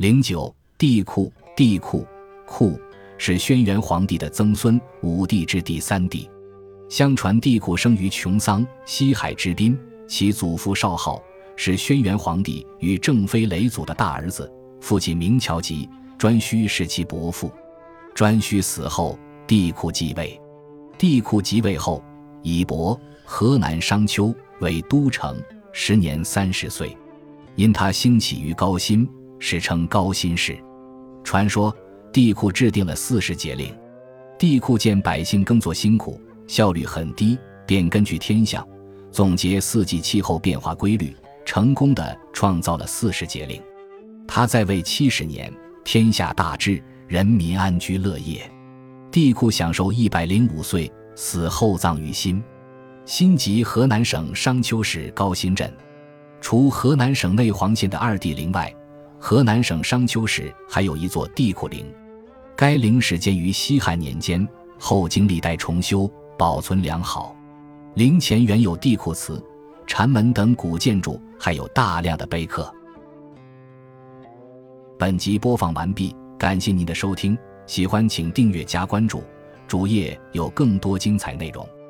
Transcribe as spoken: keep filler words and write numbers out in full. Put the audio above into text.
零九帝喾，帝喾，喾是轩辕皇帝的曾孙，武帝之第三帝。相传帝喾生于穹桑，西海之滨，其祖父少昊，是轩辕皇帝与正妃嫘祖的大儿子，父亲名乔吉，颛顼是其伯父。颛顼死后，帝喾继位。帝喾即位后，以亳河南商丘为都城，时年三十岁。因他兴起于高辛，史称高辛氏。传说帝喾制定了四时节令。帝喾见百姓耕作辛苦，效率很低，便根据天象总结四季气候变化规律，成功地创造了四时节令。他在位七十年，天下大治，人民安居乐业。帝喾享寿一百零五岁，死后葬于辛。辛即河南省商丘市高辛镇。除河南省内黄县的二帝陵外，河南省商丘市还有一座帝喾陵。该陵始建于西汉年间，后经历代重修，保存良好。陵前原有帝喾祠、禅门等古建筑，还有大量的碑刻。本集播放完毕，感谢您的收听，喜欢请订阅加关注，主页有更多精彩内容。